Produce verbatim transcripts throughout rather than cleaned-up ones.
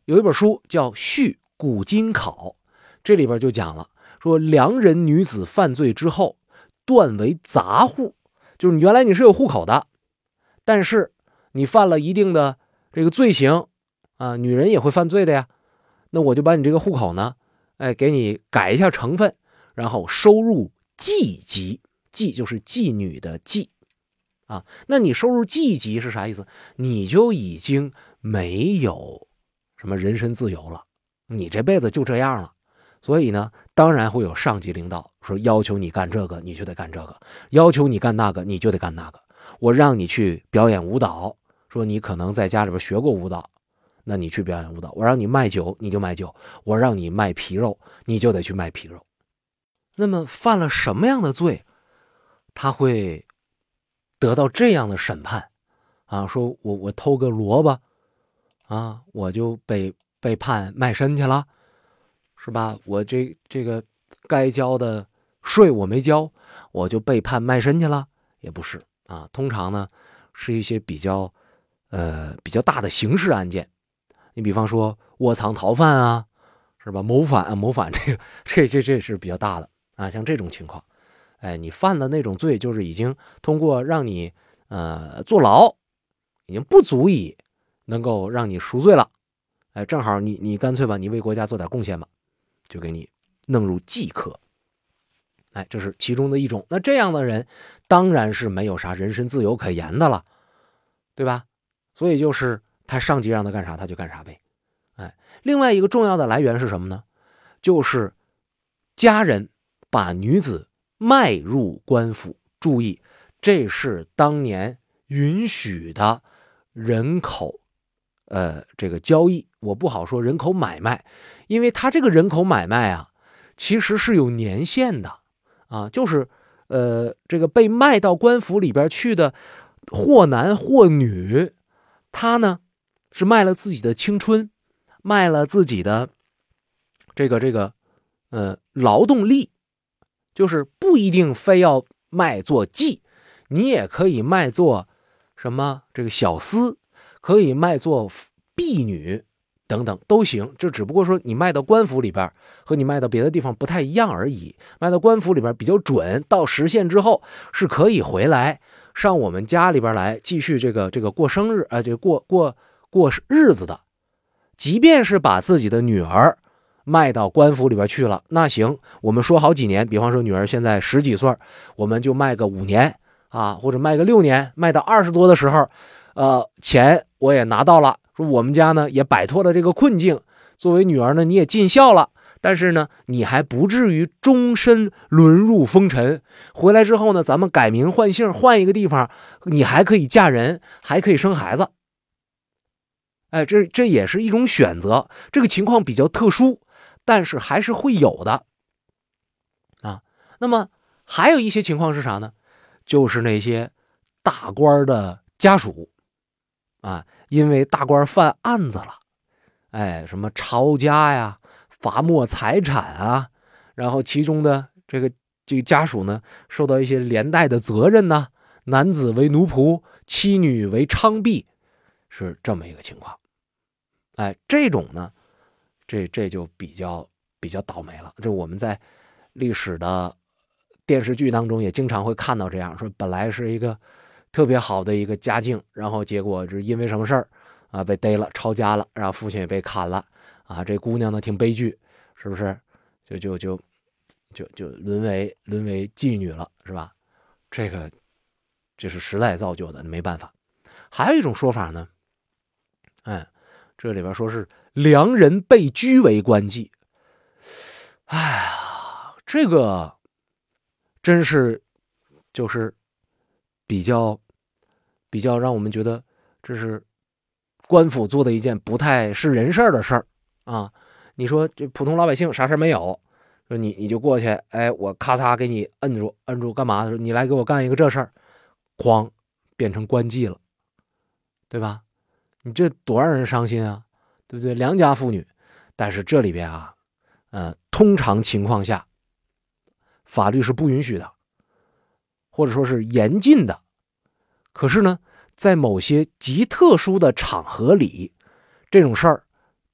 有一本书叫《续古今考》，这里边就讲了，说良人女子犯罪之后断为杂户，就是你原来你是有户口的，但是你犯了一定的这个罪行啊，女人也会犯罪的呀，那我就把你这个户口呢，哎，给你改一下成分，然后收入妓籍，妓就是妓女的妓啊。那你收入妓籍是啥意思？你就已经没有什么人身自由了，你这辈子就这样了。所以呢，当然会有上级领导说要求你干这个，你就得干这个；要求你干那个，你就得干那个。我让你去表演舞蹈，说你可能在家里边学过舞蹈，那你去表演舞蹈；我让你卖酒，你就卖酒；我让你卖皮肉，你就得去卖皮肉。那么犯了什么样的罪，他会得到这样的审判啊？说我我偷个萝卜啊，我就被被判卖身去了，是吧？我这这个该交的税我没交，我就被判卖身去了？也不是啊，通常呢是一些比较呃比较大的刑事案件。你比方说窝藏逃犯啊，是吧？谋反啊，谋反这个这这这是比较大的啊，像这种情况，哎，你犯了那种罪，就是已经通过让你呃坐牢，已经不足以能够让你赎罪了，哎，正好你你干脆吧，你为国家做点贡献吧，就给你弄入妓科，哎，这是其中的一种。那这样的人当然是没有啥人身自由可言的了，对吧？所以就是他上级让他干啥他就干啥呗。哎，另外一个重要的来源是什么呢？就是家人把女子卖入官府。注意，这是当年允许的人口呃这个交易，我不好说人口买卖，因为他这个人口买卖啊其实是有年限的啊，就是呃这个被卖到官府里边去的或男或女，他呢是卖了自己的青春，卖了自己的这个这个呃劳动力，就是不一定非要卖做妓，你也可以卖做什么这个小厮，可以卖做婢女等等都行，这只不过说你卖到官府里边和你卖到别的地方不太一样而已。卖到官府里边比较准，到时限之后是可以回来上我们家里边来继续这个这个过生日啊、呃，这个过过过日子的。即便是把自己的女儿卖到官府里边去了，那行，我们说好几年，比方说女儿现在十几岁，我们就卖个五年啊，或者卖个六年，卖到二十多的时候，呃，钱我也拿到了，说我们家呢也摆脱了这个困境，作为女儿呢你也尽孝了，但是呢你还不至于终身沦入风尘，回来之后呢咱们改名换姓，换一个地方，你还可以嫁人，还可以生孩子。哎，这这也是一种选择，这个情况比较特殊，但是还是会有的啊。那么还有一些情况是啥呢？就是那些大官的家属啊，因为大官犯案子了，哎，什么抄家呀、罚没财产啊，然后其中的这个这个家属呢，受到一些连带的责任呢，男子为奴仆，妻女为娼婢，是这么一个情况。哎，这种呢，这这就比较比较倒霉了。这我们在历史的电视剧当中也经常会看到这样，说本来是一个特别好的一个家境，然后结果是因为什么事儿啊被逮了，抄家了，然后父亲也被砍了啊。这姑娘呢挺悲剧，是不是？就就就就就沦为沦为妓女了，是吧？这个这是时代造就的，没办法。还有一种说法呢，哎。这里边说是良人被拘为官妓，哎呀，这个真是就是比较比较让我们觉得这是官府做的一件不太是人事的事儿啊！你说这普通老百姓啥事没有，说你你就过去，哎，我咔嚓给你摁住，摁住干嘛？你来给我干一个这事儿，哐，变成官妓了，对吧？你这多让人伤心啊，对不对？良家妇女，但是这里边啊，呃，通常情况下，法律是不允许的，或者说是严禁的。可是呢，在某些极特殊的场合里，这种事儿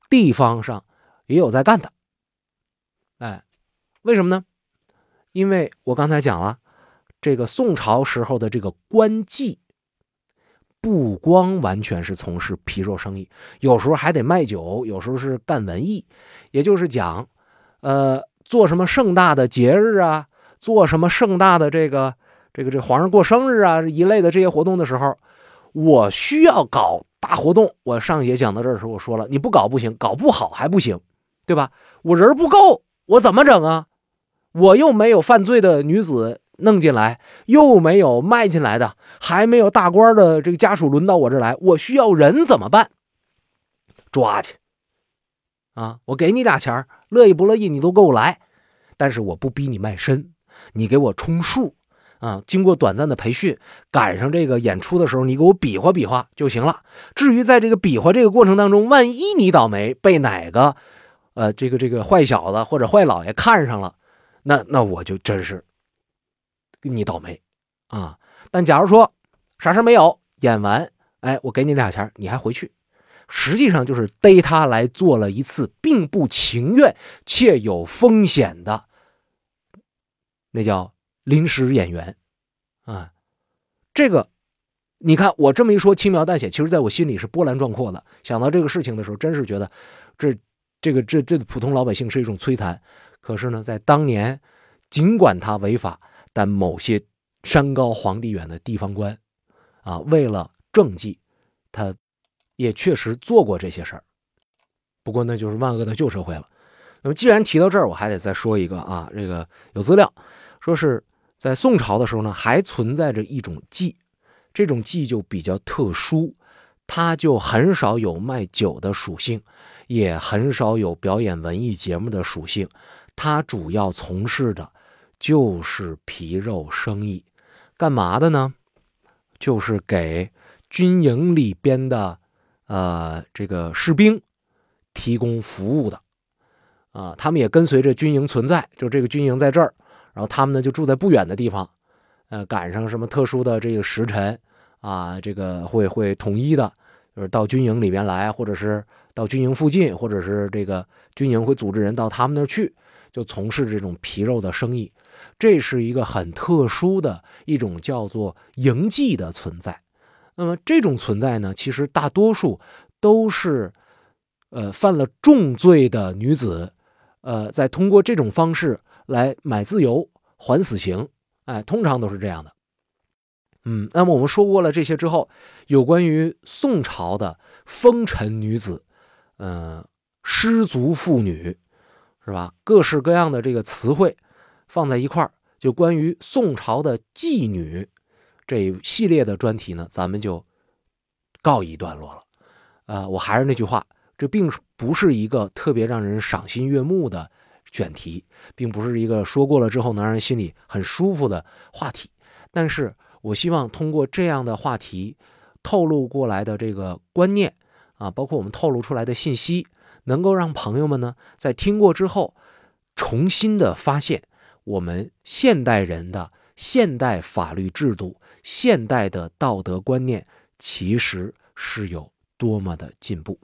地方上也有在干的。哎，为什么呢？因为我刚才讲了，这个宋朝时候的这个官妓，不光完全是从事皮肉生意，有时候还得卖酒，有时候是干文艺。也就是讲，呃，做什么盛大的节日啊，做什么盛大的这个这个这皇上过生日啊一类的这些活动的时候，我需要搞大活动。我上一节讲到这儿的时候，我说了，你不搞不行，搞不好还不行，对吧？我人不够，我怎么整啊？我又没有犯罪的女子弄进来，又没有卖进来的，还没有大官的这个家属轮到我这儿来，我需要人怎么办？抓去啊！我给你俩钱，乐意不乐意你都给我来，但是我不逼你卖身，你给我充数啊！经过短暂的培训，赶上这个演出的时候，你给我比划比划就行了。至于在这个比划这个过程当中，万一你倒霉被哪个呃这个这个坏小子或者坏老爷看上了，那那我就真是你倒霉啊！但假如说啥事没有，演完，哎，我给你俩钱，你还回去，实际上就是逮他来做了一次并不情愿且有风险的，那叫临时演员啊。这个你看我这么一说轻描淡写，其实在我心里是波澜壮阔的。想到这个事情的时候，真是觉得这这个这这普通老百姓是一种摧残。可是呢，在当年，尽管他违法，但某些山高皇帝远的地方官啊，为了政绩，他也确实做过这些事儿。不过那就是万恶的旧社会了。那么既然提到这儿，我还得再说一个啊，这个有资料说是在宋朝的时候呢，还存在着一种妓，这种妓就比较特殊，它就很少有卖酒的属性，也很少有表演文艺节目的属性，它主要从事的就是皮肉生意。干嘛的呢？就是给军营里边的呃这个士兵提供服务的啊。他们也跟随着军营存在，就这个军营在这儿，然后他们呢就住在不远的地方，呃，赶上什么特殊的这个时辰啊，这个会会统一的，就是到军营里边来，或者是到军营附近，或者是这个军营会组织人到他们那儿去，就从事这种皮肉的生意。这是一个很特殊的一种叫做营妓的存在。那么这种存在呢，其实大多数都是呃犯了重罪的女子，呃，在通过这种方式来买自由还死刑，哎，通常都是这样的。嗯，那么我们说过了这些之后，有关于宋朝的风尘女子，嗯、呃，失足妇女，是吧？各式各样的这个词汇放在一块儿，就关于宋朝的妓女这一系列的专题呢，咱们就告一段落了。啊、呃，我还是那句话，这并不是一个特别让人赏心悦目的选题，并不是一个说过了之后能让人心里很舒服的话题。但是我希望通过这样的话题透露过来的这个观念啊，包括我们透露出来的信息，能够让朋友们呢在听过之后重新的发现我们现代人的现代法律制度、现代的道德观念其实是有多么的进步。